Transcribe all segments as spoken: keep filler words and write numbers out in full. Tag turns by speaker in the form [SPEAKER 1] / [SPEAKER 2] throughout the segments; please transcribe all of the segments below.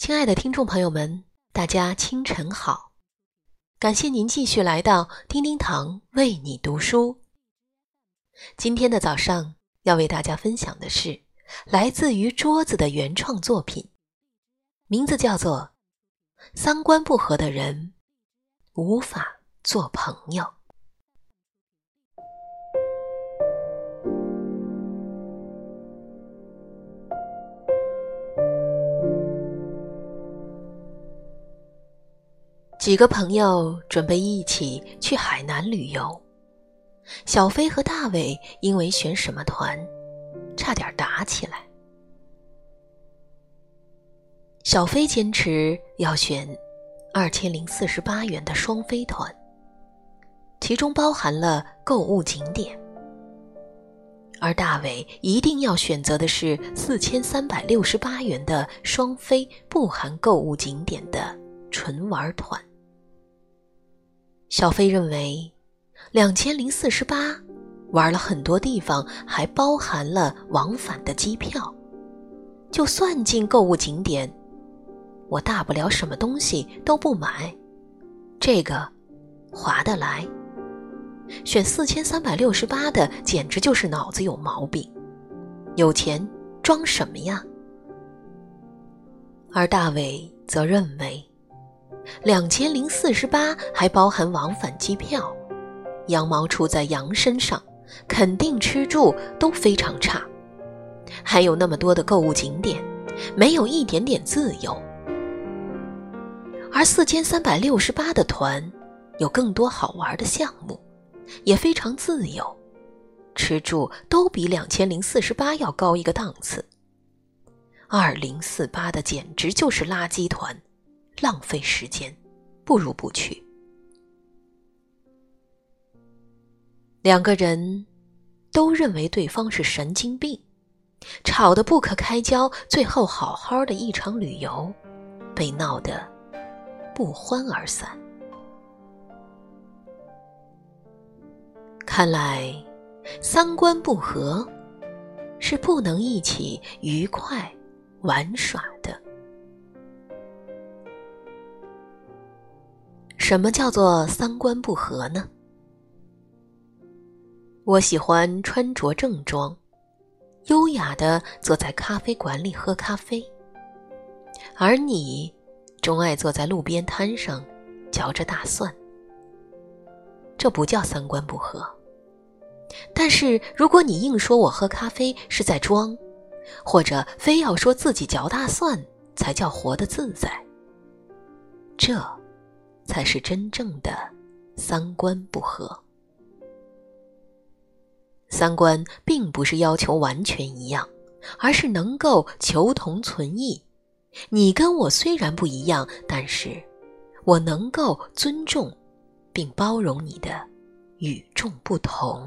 [SPEAKER 1] 亲爱的听众朋友们，大家清晨好，感谢您继续来到叮叮堂为你读书。今天的早上要为大家分享的是来自于桌子的原创作品，名字叫做三观不合的人无法做朋友。几个朋友准备一起去海南旅游，小飞和大伟因为选什么团差点打起来。小飞坚持要选二千零四十八元的双飞团，其中包含了购物景点，而大伟一定要选择的是四千三百六十八元的双飞不含购物景点的纯玩团。小飞认为两千零四十八玩了很多地方，还包含了往返的机票，就算进购物景点，我大不了什么东西都不买，这个划得来。选四千三百六十八的简直就是脑子有毛病，有钱装什么呀？而大伟则认为两千零四十八还包含往返机票，羊毛出在羊身上，肯定吃住都非常差，还有那么多的购物景点，没有一点点自由。而四千三百六十八的团有更多好玩的项目，也非常自由，吃住都比两千零四十八要高一个档次。二零四八的简直就是垃圾团，浪费时间，不如不去。两个人都认为对方是神经病，吵得不可开交，最后好好的一场旅游被闹得不欢而散。看来三观不合是不能一起愉快玩耍的。什么叫做三观不合呢？我喜欢穿着正装，优雅地坐在咖啡馆里喝咖啡，而你钟爱坐在路边摊上嚼着大蒜。这不叫三观不合。但是如果你硬说我喝咖啡是在装，或者非要说自己嚼大蒜才叫活得自在，这才是真正的三观不合。三观并不是要求完全一样，而是能够求同存异。你跟我虽然不一样，但是我能够尊重并包容你的与众不同。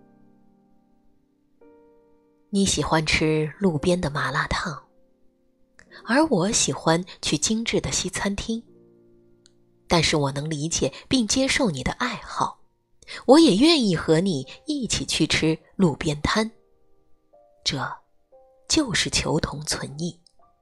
[SPEAKER 1] 你喜欢吃路边的麻辣烫，而我喜欢去精致的西餐厅。但是我能理解并接受你的爱好，我也愿意和你一起去吃路边摊，这就是求同存异。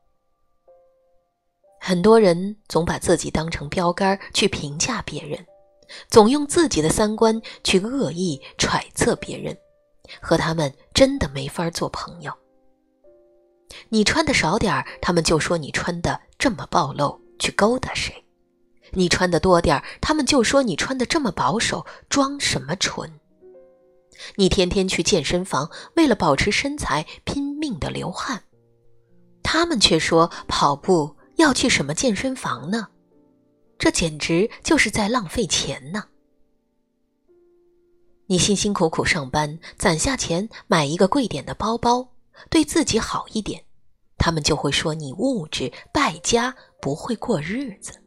[SPEAKER 1] 很多人总把自己当成标杆去评价别人，总用自己的三观去恶意揣测别人，和他们真的没法做朋友。你穿的少点，他们就说你穿的这么暴露，去勾搭谁？你穿的多点，他们就说你穿的这么保守，装什么纯？你天天去健身房，为了保持身材拼命的流汗，他们却说跑步要去什么健身房呢？这简直就是在浪费钱呢。你辛辛苦苦上班，攒下钱买一个贵点的包包，对自己好一点，他们就会说你物质败家，不会过日子。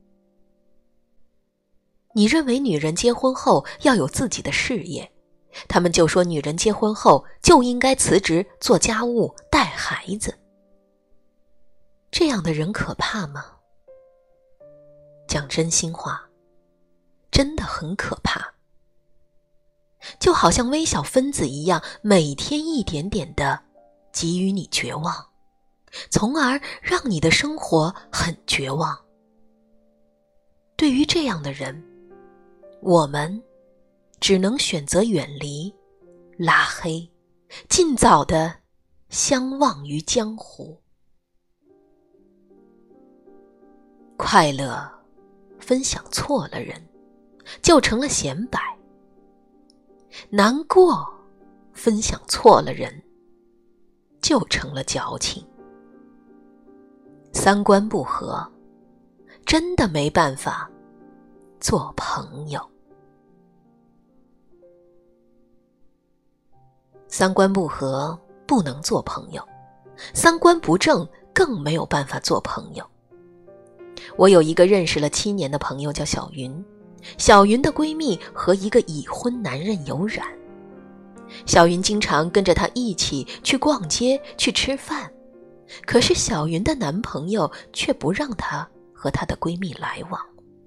[SPEAKER 1] 你认为女人结婚后要有自己的事业，他们就说女人结婚后就应该辞职做家务带孩子。这样的人可怕吗？讲真心话，真的很可怕。就好像微小分子一样，每天一点点的给予你绝望， 从而让你的生活很绝望。对于这样的人，我们只能选择远离、拉黑，尽早地相忘于江湖。快乐分享错了人，就成了显摆；难过分享错了人，就成了矫情。三观不合，真的没办法做朋友。三观不合不能做朋友，三观不正更没有办法做朋友。我有一个认识了七年的朋友叫小云，小云的闺蜜和一个已婚男人有染。小云经常跟着她一起去逛街去吃饭，可是小云的男朋友却不让她和她的闺蜜来往，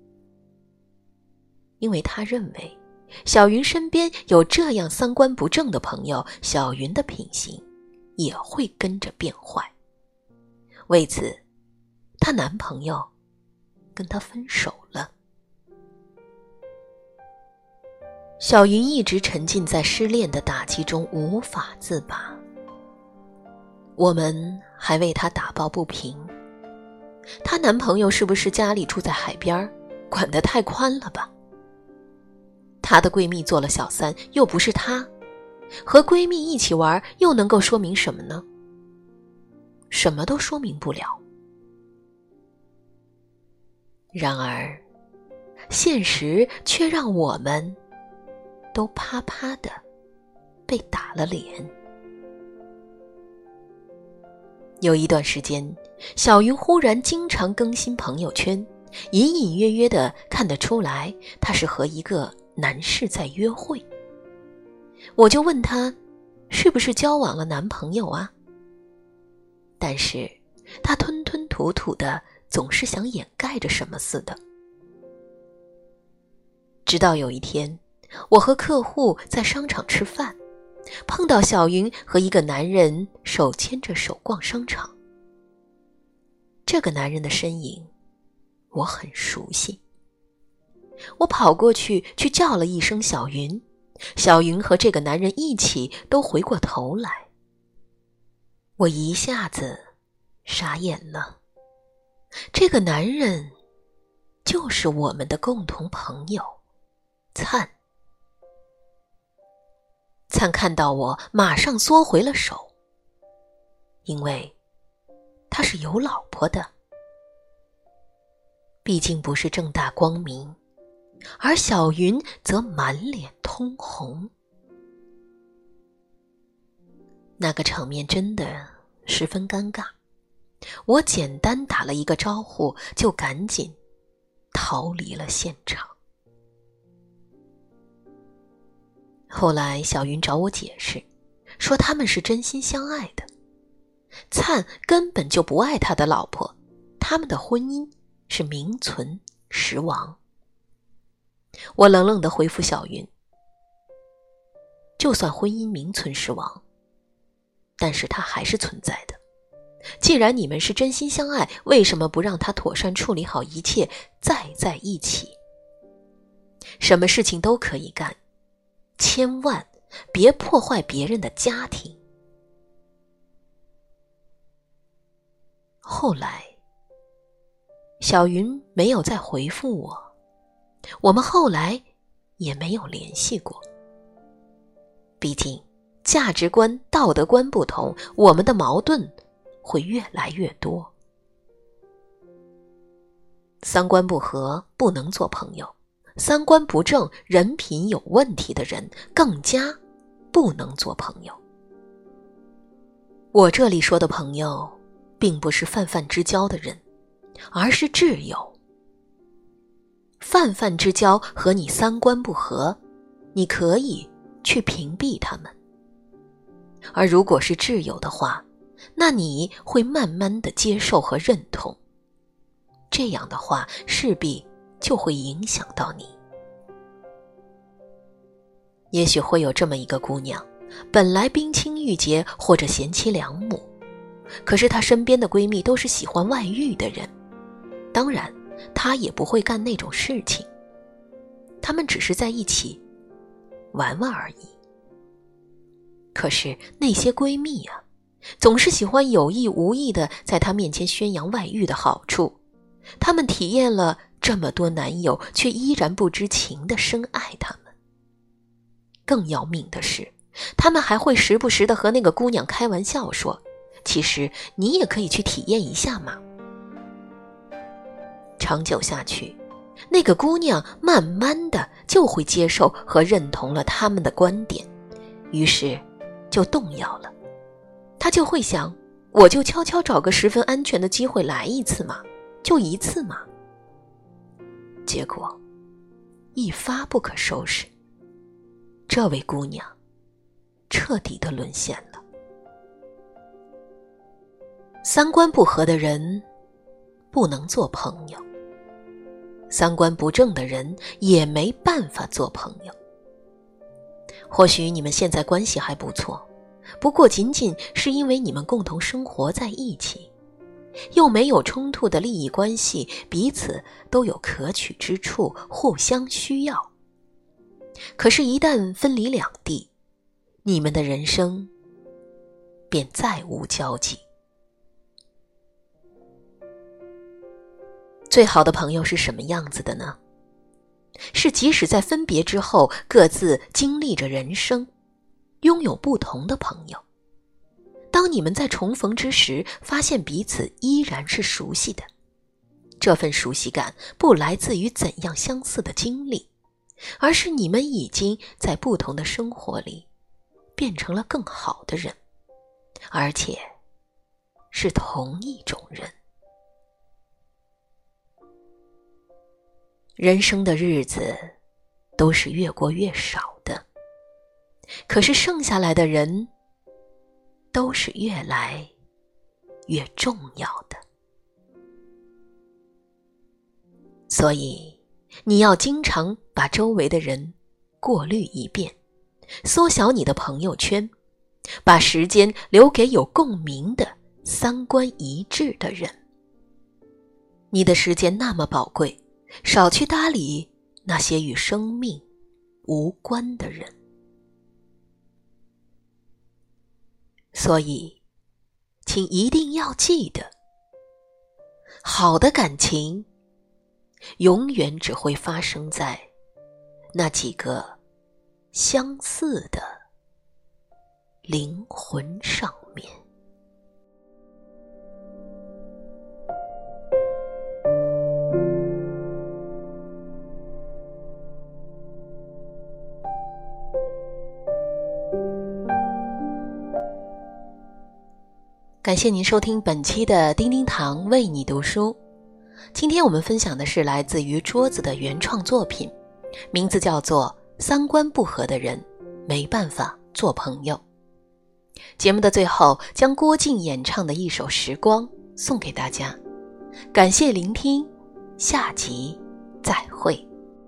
[SPEAKER 1] 因为他认为小云身边有这样三观不正的朋友，小云的品行也会跟着变坏。为此，她男朋友跟她分手了。小云一直沉浸在失恋的打击中无法自拔，我们还为她打抱不平。她男朋友是不是家里住在海边，管得太宽了吧？她的闺蜜做了小三，又不是她，和闺蜜一起玩又能够说明什么呢？什么都说明不了。然而，现实却让我们都啪啪的被打了脸。有一段时间，小云忽然经常更新朋友圈，隐隐约约的看得出来她是和一个男士在约会。我就问她是不是交往了男朋友啊？但是她吞吞吐吐的，总是想掩盖着什么似的。直到有一天，我和客户在商场吃饭，碰到小云和一个男人手牵着手逛商场。这个男人的身影我很熟悉，我跑过去去叫了一声小云，小云和这个男人一起都回过头来。我一下子傻眼了，这个男人就是我们的共同朋友灿。灿看到我马上缩回了手，因为他是有老婆的，毕竟不是正大光明，而小云则满脸通红。那个场面真的十分尴尬，我简单打了一个招呼，就赶紧逃离了现场。后来小云找我解释，说他们是真心相爱的，灿根本就不爱他的老婆，他们的婚姻是名存实亡。我冷冷地回复小云，就算婚姻名存实亡，但是它还是存在的。既然你们是真心相爱，为什么不让他妥善处理好一切，再在一起？什么事情都可以干，千万别破坏别人的家庭。后来，小云没有再回复我，我们后来也没有联系过。毕竟，价值观、道德观不同，我们的矛盾会越来越多。三观不合不能做朋友，三观不正、人品有问题的人更加不能做朋友。我这里说的朋友，并不是泛泛之交的人，而是挚友。泛泛之交和你三观不合，你可以去屏蔽他们。而如果是挚友的话，那你会慢慢的接受和认同，这样的话势必就会影响到你。也许会有这么一个姑娘，本来冰清玉洁或者贤妻良母， 可是她身边的闺蜜都是喜欢外遇的人，当然她也不会干那种事情，她们只是在一起玩玩而已。可是那些闺蜜啊，总是喜欢有意无意地在她面前宣扬外遇的好处，她们体验了这么多男友，却依然不知情地深爱他们。更要命的是，他们还会时不时地和那个姑娘开玩笑说，其实你也可以去体验一下嘛。长久下去，那个姑娘慢慢的就会接受和认同了他们的观点，于是就动摇了。她就会想，我就悄悄找个十分安全的机会来一次嘛，就一次嘛。结果一发不可收拾，这位姑娘彻底的沦陷了。三观不合的人不能做朋友，三观不正的人也没办法做朋友。或许你们现在关系还不错，不过仅仅是因为你们共同生活在一起，又没有冲突的利益关系，彼此都有可取之处，互相需要。可是一旦分离两地，你们的人生便再无交集。最好的朋友是什么样子的呢？是即使在分别之后，各自经历着人生，拥有不同的朋友。当你们在重逢之时，发现彼此依然是熟悉的，这份熟悉感不来自于怎样相似的经历，而是你们已经在不同的生活里变成了更好的人，而且是同一种人。人生的日子都是越过越少的，可是剩下来的人都是越来越重要的。所以你要经常把周围的人过滤一遍，缩小你的朋友圈，把时间留给有共鸣的、三观一致的人。你的时间那么宝贵，少去搭理那些与生命无关的人。所以请一定要记得，好的感情永远只会发生在那几个相似的灵魂上面。感谢您收听本期的叮叮堂为你读书。今天我们分享的是来自于桌子的原创作品，名字叫做《三观不合的人没办法做朋友》。节目的最后，将郭靖演唱的一首《时光》送给大家。感谢聆听，下集再会。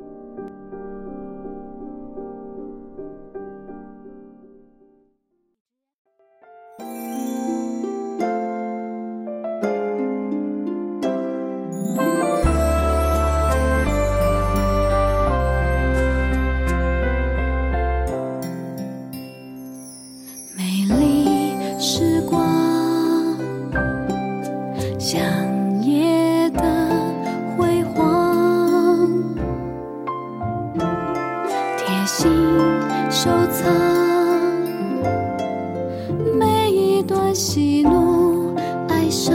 [SPEAKER 2] 像夜的辉煌，贴心收藏每一段喜怒哀伤，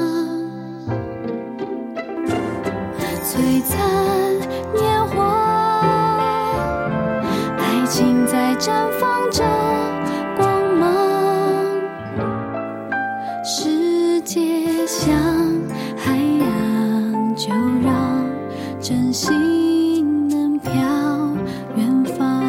[SPEAKER 2] 璀璨年华，爱情在绽放着光芒，世界像海洋，就让真心能飘远方。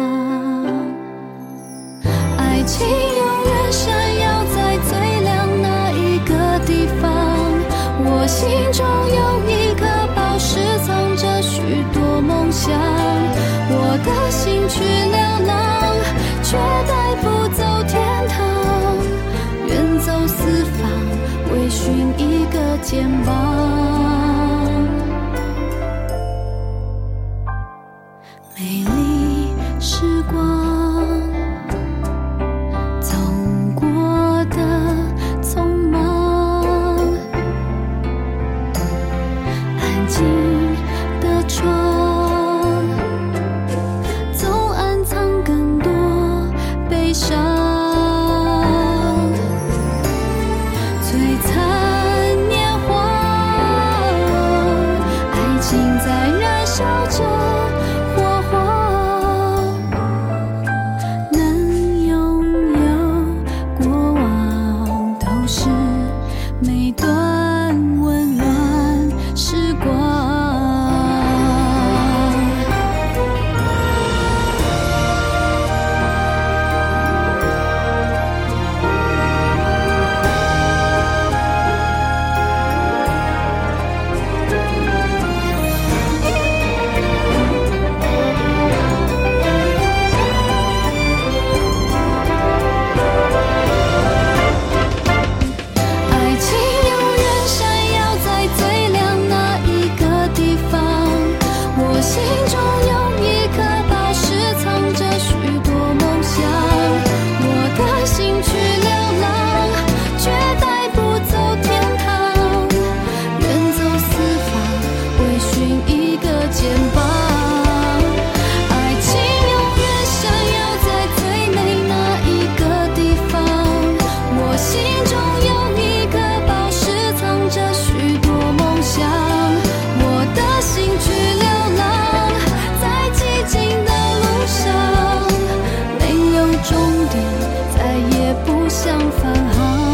[SPEAKER 2] 爱情永远闪耀在最亮那一个地方，我心中有一颗宝石，藏着许多梦想。我的心去流浪，却带不走天堂，远走四方。 肩膀。美丽时光走过的匆忙，安静的窗总暗藏更多悲伤，璀璨年华，爱情在燃烧着火花，能拥有过往都是每段温暖时光。爱情永远闪耀在最亮那一个地方，我心中有一颗宝石，藏着许多梦想。我的心去流浪，却带不走天堂，远走四方，为寻一个肩膀。爱情永远闪耀在最美那一个地方，我心中有一颗宝石，藏着许多梦想。我的心去流浪，在寂静的路上，没有终点，再也不想返航。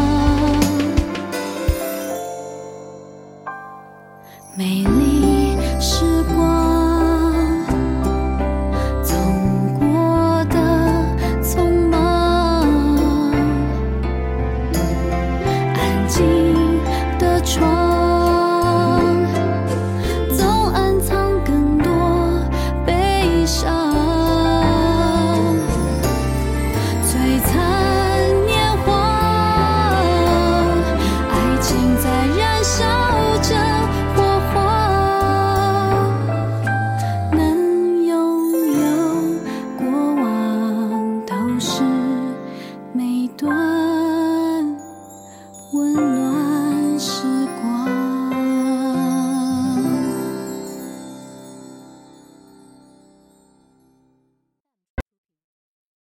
[SPEAKER 2] 美丽时光走过的匆忙，安静的窗